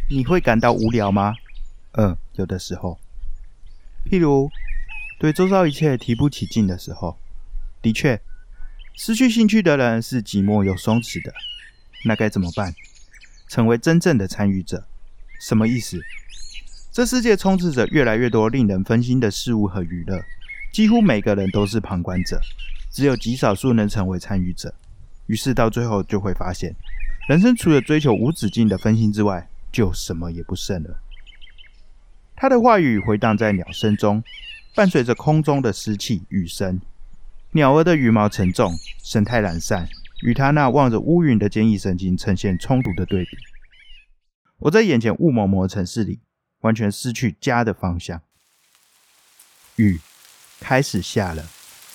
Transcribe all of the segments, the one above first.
你会感到无聊吗？有的时候。譬如对周遭一切提不起劲的时候。的确，失去兴趣的人是寂寞又松弛的。那该怎么办？成为真正的参与者。什么意思？这世界充斥着越来越多令人分心的事物和娱乐，几乎每个人都是旁观者，只有极少数能成为参与者。于是到最后就会发现，人生除了追求无止境的分心之外，就什么也不剩了。他的话语回荡在鸟声中，伴随着空中的湿气雨声。鸟儿的羽毛沉重，神态懒散，与他那望着乌云的坚毅神经呈现冲突的对比。我在眼前雾蒙蒙的城市里，完全失去家的方向。雨开始下了。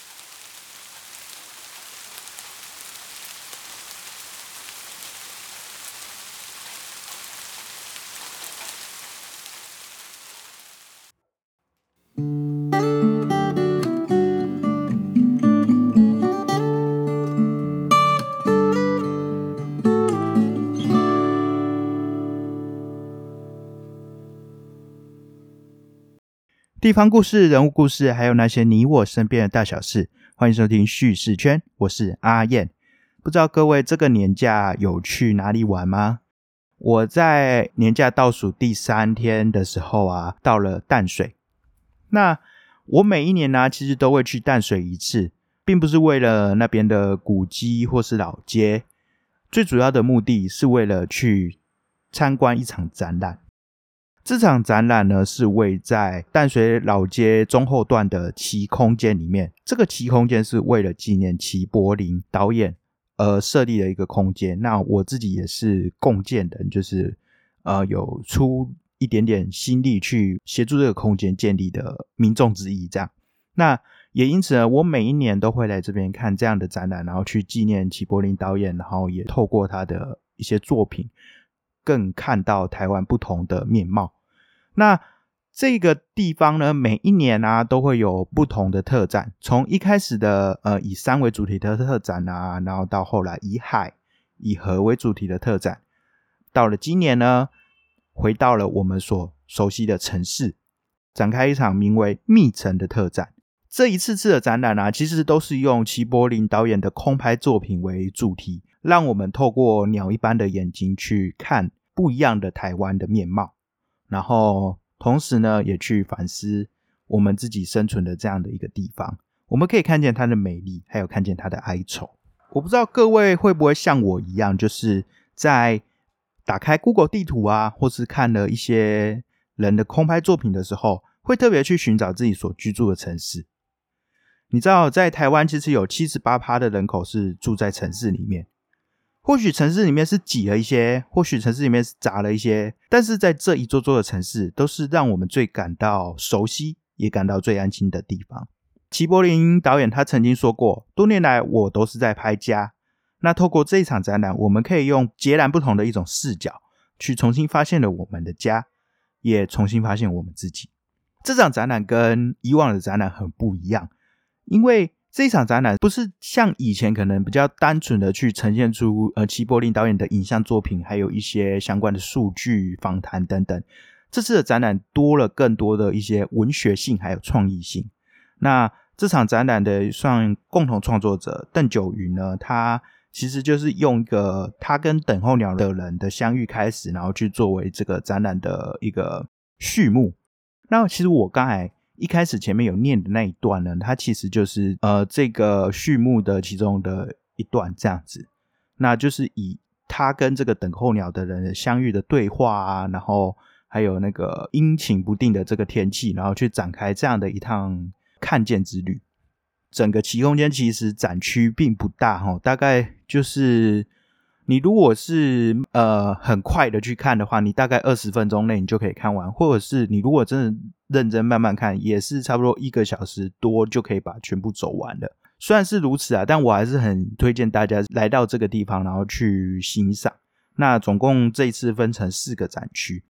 地方故事、人物故事，还有那些你我身边的大小事，欢迎收听叙事圈，我是阿燕。不知道各位这个年假有去哪里玩吗？我在年假倒数第3天的时候啊，到了淡水。那我每一年其实都会去淡水一次，并不是为了那边的古迹或是老街，最主要的目的是为了去参观一场展览。这场展览呢，是位在淡水老街中后段的奇空间里面。这个奇空间是为了纪念齐柏林导演而设立的一个空间。那我自己也是共建人，就是有出一点点心力去协助这个空间建立的民众之一这样。那也因此呢，我每一年都会来这边看这样的展览，然后去纪念齐柏林导演，然后也透过他的一些作品更看到台湾不同的面貌。那这个地方呢，每一年都会有不同的特展，从一开始的以山为主题的特展然后到后来以海以河为主题的特展，到了今年呢，回到了我们所熟悉的城市，展开一场名为密城的特展。这一次的展览其实都是用齐柏林导演的空拍作品为主题，让我们透过鸟一般的眼睛去看不一样的台湾的面貌，然后同时呢也去反思我们自己生存的这样的一个地方。我们可以看见它的美丽，还有看见它的哀愁。我不知道各位会不会像我一样，就是在打开 Google 地图或是看了一些人的空拍作品的时候，会特别去寻找自己所居住的城市。你知道在台湾其实有 78% 的人口是住在城市里面，或许城市里面是挤了一些，或许城市里面是杂了一些，但是在这一座座的城市都是让我们最感到熟悉也感到最安心的地方。齐柏林导演他曾经说过，多年来我都是在拍家。那透过这一场展览，我们可以用截然不同的一种视角去重新发现了我们的家，也重新发现我们自己。这场展览跟以往的展览很不一样，因为这一场展览不是像以前可能比较单纯的去呈现出齐柏林导演的影像作品，还有一些相关的数据访谈等等。这次的展览多了更多的一些文学性还有创意性。那这场展览的算共同创作者邓九云呢，他其实就是用一个他跟等候鸟的人的相遇开始，然后去作为这个展览的一个序幕。那其实我刚才一开始前面有念的那一段呢，它其实就是这个序幕的其中的一段这样子。那就是以他跟这个等候鸟的人的相遇的对话然后还有那个阴晴不定的这个天气，然后去展开这样的一趟看见之旅。整个奇空间其实展区并不大大概就是你如果是很快的去看的话，你大概20分钟内你就可以看完，或者是你如果真的认真慢慢看，也是差不多1个小时多就可以把全部走完了。虽然是如此但我还是很推荐大家来到这个地方然后去欣赏。那总共这一次分成4个展区。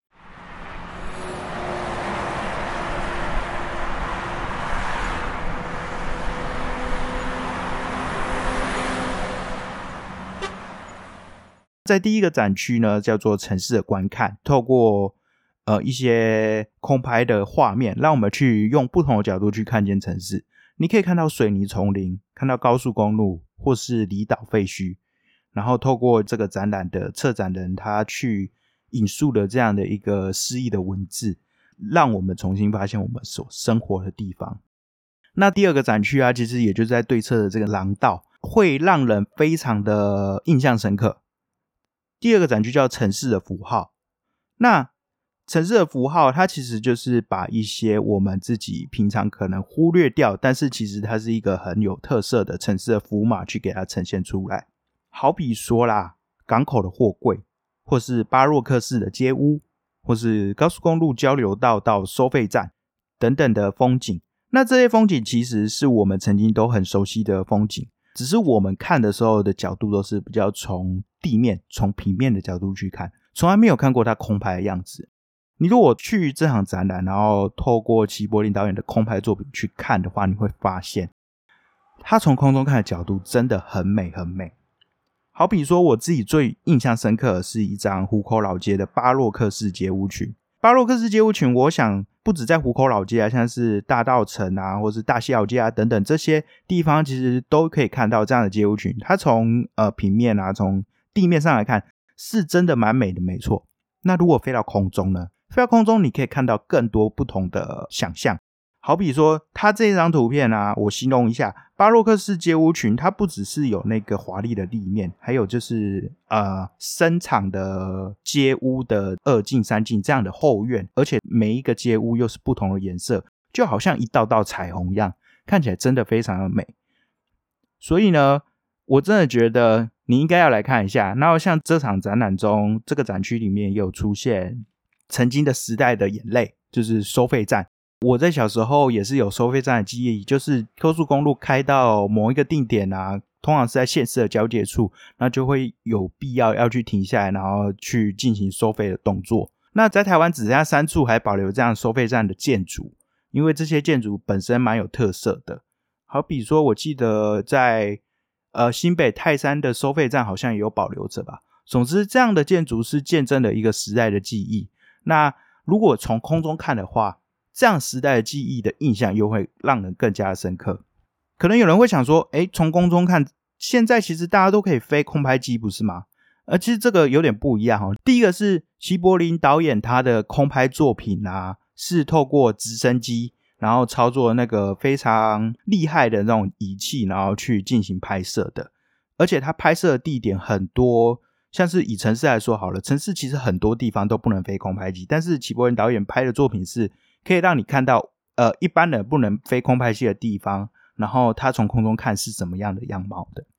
在第一个展区呢，叫做城市的观看，透过一些空拍的画面，让我们去用不同的角度去看见城市。你可以看到水泥丛林，看到高速公路，或是离岛废墟，然后透过这个展览的策展人他去引述了这样的一个诗意的文字，让我们重新发现我们所生活的地方。那第二个展区啊，其实也就是在对侧的这个廊道，会让人非常的印象深刻。第二个展区叫城市的符号。那城市的符号它其实就是把一些我们自己平常可能忽略掉，但是其实它是一个很有特色的城市的符码去给它呈现出来。好比说啦，港口的货柜，或是巴洛克式的街屋，或是高速公路交流道到收费站等等的风景。那这些风景其实是我们曾经都很熟悉的风景，只是我们看的时候的角度都是比较从地面从平面的角度去看，从来没有看过它空拍的样子。你如果去这场展览，然后透过齐柏林导演的空拍作品去看的话，你会发现他从空中看的角度真的很美很美。好比说我自己最印象深刻的是一张湖口老街的巴洛克式街屋群。巴洛克式街屋群我想不止在湖口老街啊，像是大稻埕啊，或是大溪老街啊等等这些地方其实都可以看到这样的街屋群。它从平面啊，从地面上来看是真的蛮美的，没错。那如果飞到空中呢？飞到空中你可以看到更多不同的想象。好比说它这张图片啊，我形容一下，巴洛克式街屋群它不只是有那个华丽的立面，还有就是深长的街屋的2进3进这样的后院，而且每一个街屋又是不同的颜色，就好像一道道彩虹一样，看起来真的非常的美。所以呢，我真的觉得你应该要来看一下。然后像这场展览中，这个展区里面也有出现曾经的时代的眼泪，就是收费站。我在小时候也是有收费站的记忆，就是高速公路开到某一个定点啊，通常是在县市的交界处，那就会有必要要去停下来，然后去进行收费的动作。那在台湾只剩下3处还保留这样收费站的建筑，因为这些建筑本身蛮有特色的。好比说我记得在新北泰山的收费站好像也有保留着吧。总之这样的建筑是见证了一个时代的记忆。那如果从空中看的话，这样时代的记忆的印象又会让人更加深刻。可能有人会想说从空中看，现在其实大家都可以飞空拍机不是吗？其实这个有点不一样第一个是齐柏林导演他的空拍作品啊，是透过直升机然后操作那个非常厉害的那种仪器，然后去进行拍摄的。而且他拍摄的地点很多，像是以城市来说好了，城市其实很多地方都不能飞空拍机，但是齐柏林导演拍的作品是可以让你看到一般人不能飞空拍机的地方，然后他从空中看是怎么样的样貌的。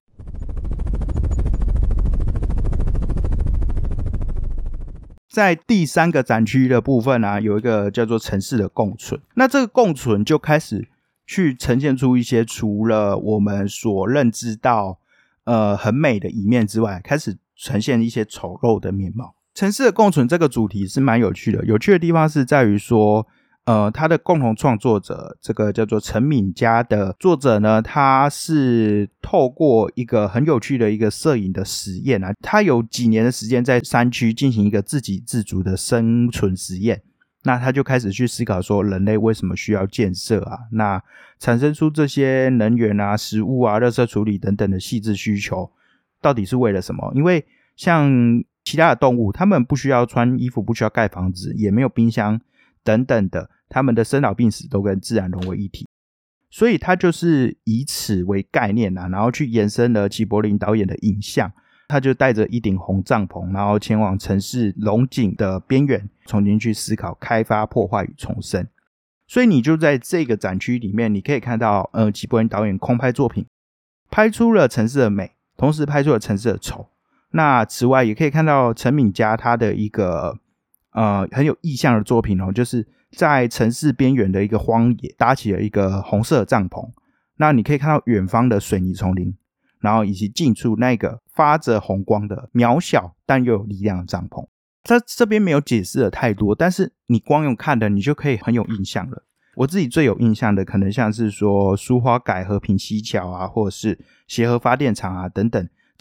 在第3个展区的部分啊，有一个叫做城市的共存。那这个共存就开始去呈现出一些除了我们所认知到很美的一面之外，开始呈现一些丑陋的面貌。城市的共存这个主题是蛮有趣的，有趣的地方是在于说他的共同创作者，这个叫做陈敏佳的作者呢，他是透过一个很有趣的一个摄影的实验啊，他有几年的时间在山区进行一个自给自足的生存实验。那他就开始去思考说人类为什么需要建设啊，那产生出这些能源啊、食物啊、垃圾处理等等的细致需求到底是为了什么？因为像其他的动物，他们不需要穿衣服，不需要盖房子，也没有冰箱等等的，他们的生老病死都跟自然融为一体。所以他就是以此为概念啊，然后去延伸了齐柏林导演的影像。他就带着一顶红帐篷，然后前往城市龙井的边缘，重新去思考开发、破坏与重生。所以你就在这个展区里面，你可以看到齐柏林导演空拍作品拍出了城市的美，同时拍出了城市的丑。那此外也可以看到陈敏佳他的一个很有意象的作品就是在城市边缘的一个荒野搭起了一个红色的帐篷。那你可以看到远方的水泥丛林，然后以及近处那个发着红光的渺小但又有力量的帐篷。这边没有解释的太多，但是你光用看的你就可以很有印象了。我自己最有印象的可能像是说苏花改和平溪桥啊，或者是协和发电厂啊等等，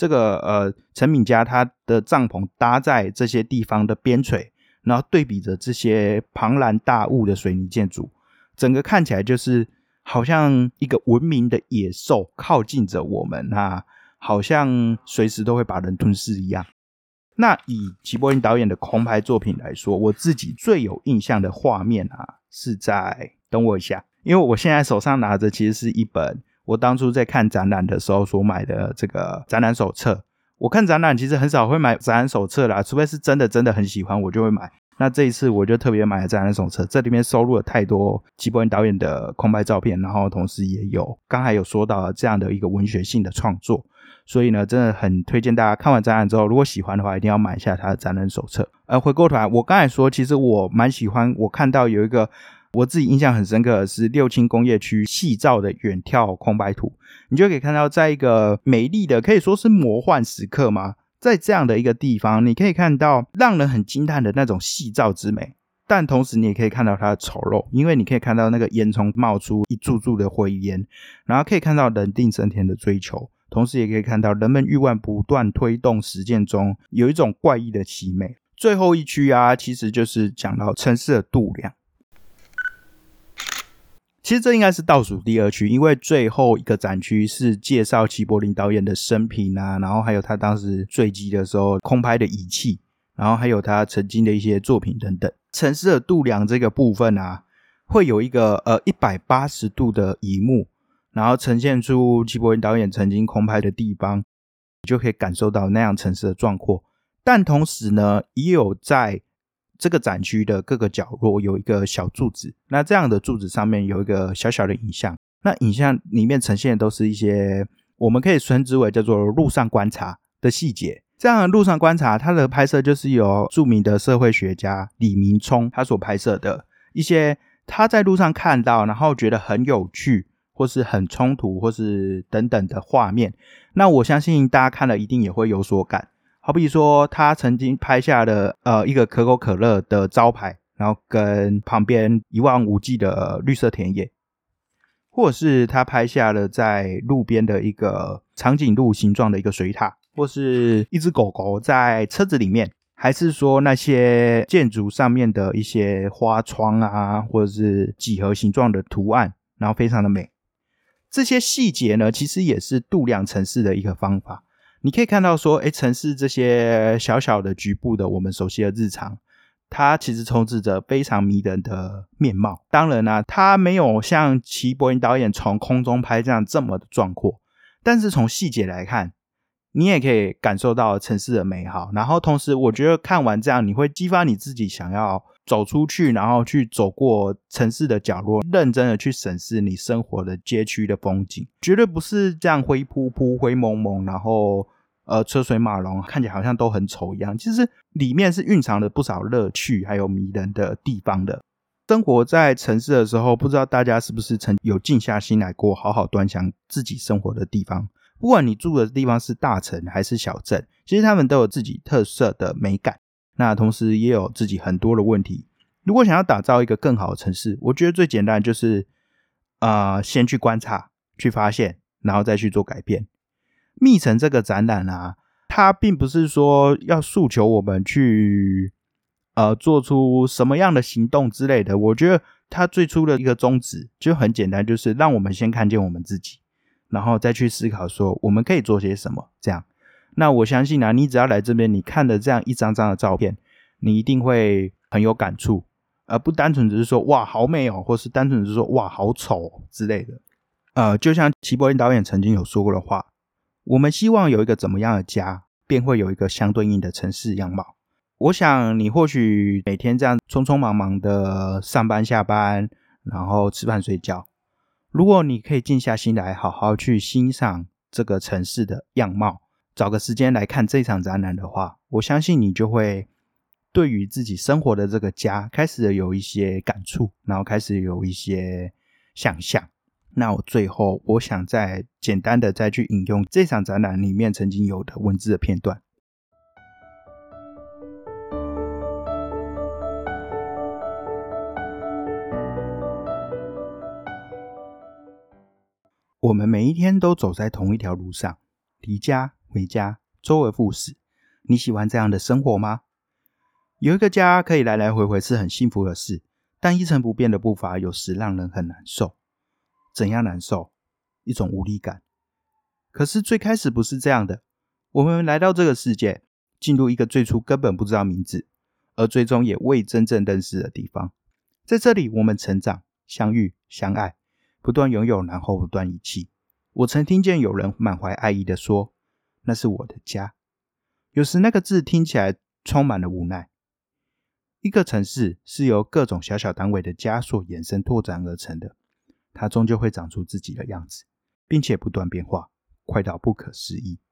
这个陈敏家他的帐篷搭在这些地方的边陲，然后对比着这些庞然大物的水泥建筑，整个看起来就是好像一个文明的野兽靠近着我们好像随时都会把人吞噬一样。那以齐柏林导演的空拍作品来说，我自己最有印象的画面是在，等我一下，因为我现在手上拿着其实是一本我当初在看展览的时候所买的这个展览手册。我看展览其实很少会买展览手册啦，除非是真的很喜欢我就会买。那这一次我就特别买了展览手册，这里面收录了太多齐柏林导演的空拍照片，然后同时也有刚才有说到这样的一个文学性的创作，所以呢真的很推荐大家看完展览之后，如果喜欢的话一定要买一下他的展览手册。回过头来，我刚才说其实我蛮喜欢，我看到有一个我自己印象很深刻的是六轻工业区细照的远眺空拍图，你就可以看到在一个美丽的可以说是魔幻时刻吗，在这样的一个地方你可以看到让人很惊叹的那种细照之美，但同时你也可以看到它的丑陋，因为你可以看到那个烟囱冒出一柱柱的灰烟，然后可以看到人定胜天的追求，同时也可以看到人们欲望不断推动实践中有一种怪异的奇美。最后一区其实就是讲到城市的度量，其实这应该是倒数第二区，因为最后一个展区是介绍齐柏林导演的生平然后还有他当时坠机的时候空拍的仪器，然后还有他曾经的一些作品等等。城市的度量这个部分会有一个180度的萤幕，然后呈现出齐柏林导演曾经空拍的地方，你就可以感受到那样城市的壮阔。但同时呢，也有在这个展区的各个角落有一个小柱子，那这样的柱子上面有一个小小的影像，那影像里面呈现的都是一些我们可以称之为叫做路上观察的细节。这样的路上观察，它的拍摄就是由著名的社会学家李明聪他所拍摄的一些他在路上看到然后觉得很有趣或是很冲突或是等等的画面，那我相信大家看了一定也会有所感。好比说他曾经拍下了一个可口可乐的招牌，然后跟旁边一望无际的绿色田野，或者是他拍下了在路边的一个长颈鹿形状的一个水塔，或是一只狗狗在车子里面，还是说那些建筑上面的一些花窗或者是几何形状的图案，然后非常的美。这些细节呢其实也是度量城市的一个方法。你可以看到说城市这些小小的局部的我们熟悉的日常，它其实充斥着非常迷人的面貌。当然它没有像齐柏林导演从空中拍这样这么的壮阔，但是从细节来看你也可以感受到城市的美好，然后同时我觉得看完这样你会激发你自己想要走出去，然后去走过城市的角落，认真的去审视你生活的街区的风景，绝对不是这样灰扑扑灰蒙蒙，然后车水马龙看起来好像都很丑一样，其实里面是蕴藏了不少乐趣还有迷人的地方的。生活在城市的时候，不知道大家是不是曾有静下心来过好好端详自己生活的地方，不管你住的地方是大城还是小镇，其实他们都有自己特色的美感，那同时也有自己很多的问题。如果想要打造一个更好的城市，我觉得最简单就是先去观察去发现，然后再去做改变。密城这个展览它并不是说要诉求我们去做出什么样的行动之类的，我觉得它最初的一个宗旨就很简单，就是让我们先看见我们自己，然后再去思考说我们可以做些什么这样。那我相信你只要来这边，你看了这样一张张的照片，你一定会很有感触，而不单纯只是说哇好美哦，或是单纯只是说哇好丑之类的。就像齐柏林导演曾经有说过的话，我们希望有一个怎么样的家，便会有一个相对应的城市样貌。我想你或许每天这样匆匆忙忙的上班下班，然后吃饭睡觉，如果你可以静下心来好好去欣赏这个城市的样貌，找个时间来看这场展览的话，我相信你就会对于自己生活的这个家开始有一些感触，然后开始有一些想象。那最后我想再简单的再去引用这场展览里面曾经有的文字的片段。我们每一天都走在同一条路上，离家回家，周而复始。你喜欢这样的生活吗？有一个家可以来来回回是很幸福的事，但一成不变的步伐有时让人很难受。怎样难受？一种无力感。可是最开始不是这样的，我们来到这个世界，进入一个最初根本不知道名字，而最终也未真正认识的地方。在这里我们成长、相遇、相爱，不断拥有，然后不断遗弃。我曾听见有人满怀爱意地说，那是我的家。有时那个字听起来充满了无奈。一个城市是由各种小小单位的家所延伸拓展而成的，它终究会长出自己的样子，并且不断变化，快到不可思议。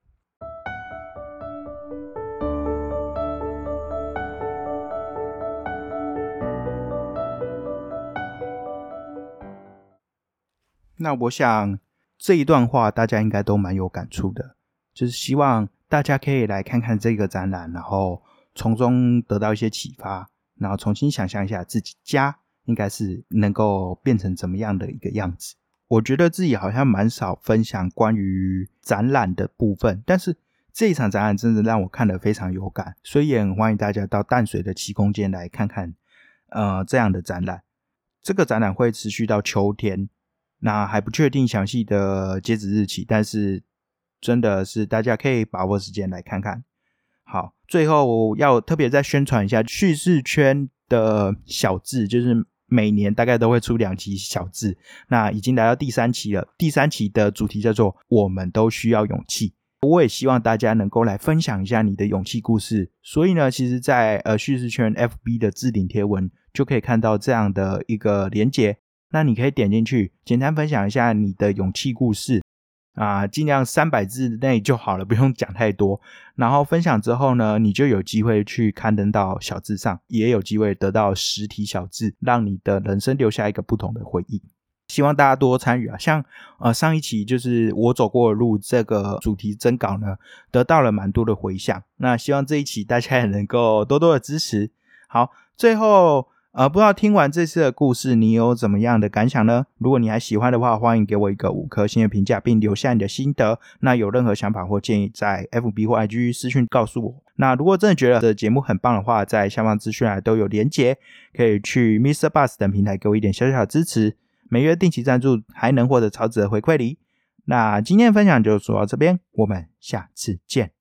那我想这一段话大家应该都蛮有感触的，就是希望大家可以来看看这个展览，然后从中得到一些启发，然后重新想象一下自己家应该是能够变成怎么样的一个样子。我觉得自己好像蛮少分享关于展览的部分，但是这一场展览真的让我看得非常有感，所以也很欢迎大家到淡水的奇空间来看看这样的展览。这个展览会持续到秋天，那还不确定详细的截止日期，但是真的是大家可以把握时间来看看。好，最后要特别再宣传一下叙事圈的小志，就是每年大概都会出2期小志，那已经来到第3期了。第3期的主题叫做我们都需要勇气。我也希望大家能够来分享一下你的勇气故事，所以呢，其实在叙事圈 FB 的置顶贴文就可以看到这样的一个连结，那你可以点进去简单分享一下你的勇气故事尽量300字内就好了，不用讲太多。然后分享之后呢，你就有机会去刊登到小志上，也有机会得到实体小志，让你的人生留下一个不同的回忆。希望大家多参与像上一期就是我走过的路这个主题征稿呢，得到了蛮多的回响，那希望这一期大家也能够多多的支持。好，最后不知道听完这次的故事你有怎么样的感想呢？如果你还喜欢的话，欢迎给我一个5颗星的评价，并留下你的心得。那有任何想法或建议，在 FB 或 IG 私讯告诉我。那如果真的觉得这节目很棒的话，在下方资讯栏都有连结，可以去 MrBus 等平台给我一点小小的支持，每月定期赞助还能获得超值的回馈礼。那今天的分享就说到这边，我们下次见。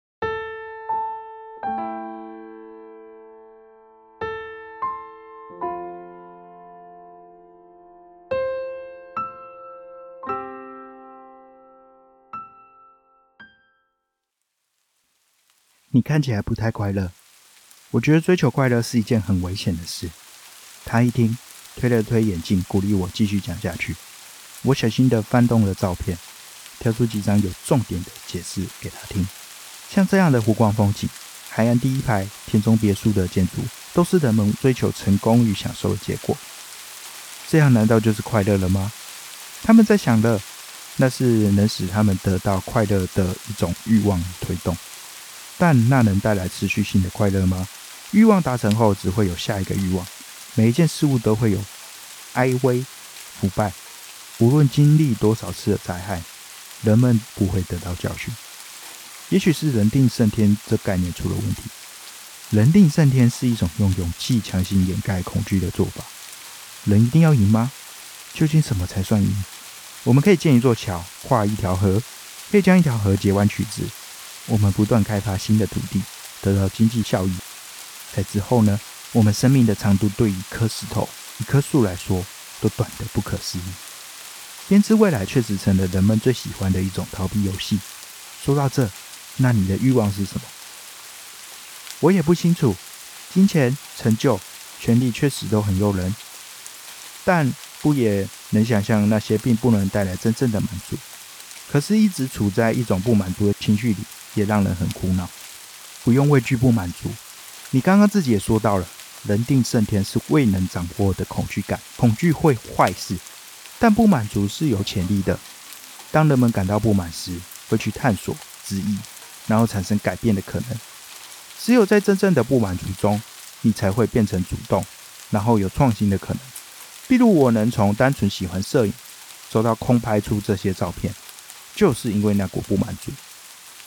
你看起来不太快乐，我觉得追求快乐是一件很危险的事。他一听，推了推眼镜，鼓励我继续讲下去。我小心地翻动了照片，挑出几张有重点的解释给他听。像这样的湖光风景，海岸第一排田中别墅的建筑，都是人们追求成功与享受的结果。这样难道就是快乐了吗？他们在享乐，那是能使他们得到快乐的一种欲望推动。但那能带来持续性的快乐吗？欲望达成后，只会有下一个欲望。每一件事物都会有哀危、腐败，无论经历多少次的灾害，人们不会得到教训。也许是人定胜天这概念出了问题。人定胜天是一种用勇气强行掩盖恐惧的做法。人一定要赢吗？究竟什么才算赢？我们可以建一座桥，跨一条河，可以将一条河截弯曲直。我们不断开发新的土地，得到经济效益。在之后呢，我们生命的长度对一颗石头、一棵树来说，都短得不可思议。编织未来确实成了人们最喜欢的一种逃避游戏。说到这，那你的欲望是什么？我也不清楚。金钱、成就、权力确实都很诱人，但不也能想象那些并不能带来真正的满足。可是一直处在一种不满足的情绪里，也让人很苦恼。不用畏惧不满足，你刚刚自己也说到了，人定胜天是未能掌握的恐惧感，恐惧会坏事，但不满足是有潜力的。当人们感到不满时，会去探索、质疑，然后产生改变的可能。只有在真正的不满足中，你才会变成主动，然后有创新的可能。例如我能从单纯喜欢摄影，走到空拍出这些照片，就是因为那股不满足。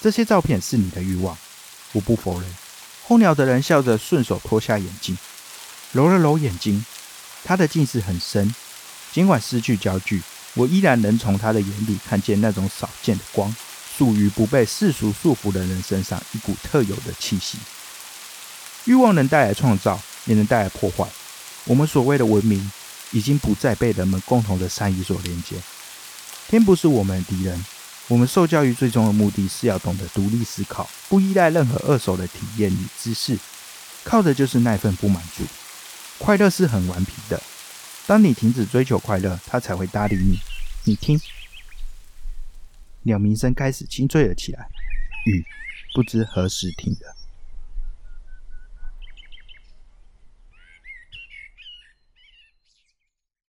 这些照片是你的欲望，我不否认。候鸟的人笑着顺手脱下眼镜，揉了揉眼睛，他的近视很深，尽管失去焦距，我依然能从他的眼里看见那种少见的光，属于不被世俗束缚的人身上一股特有的气息。欲望能带来创造，也能带来破坏。我们所谓的文明已经不再被人们共同的善意所连接。天不是我们的敌人，我们受教育最终的目的是要懂得独立思考，不依赖任何二手的体验与知识，靠的就是那份不满足。快乐是很顽皮的，当你停止追求快乐，它才会搭理你。你听，鸟鸣声开始清脆了起来，雨不知何时停的。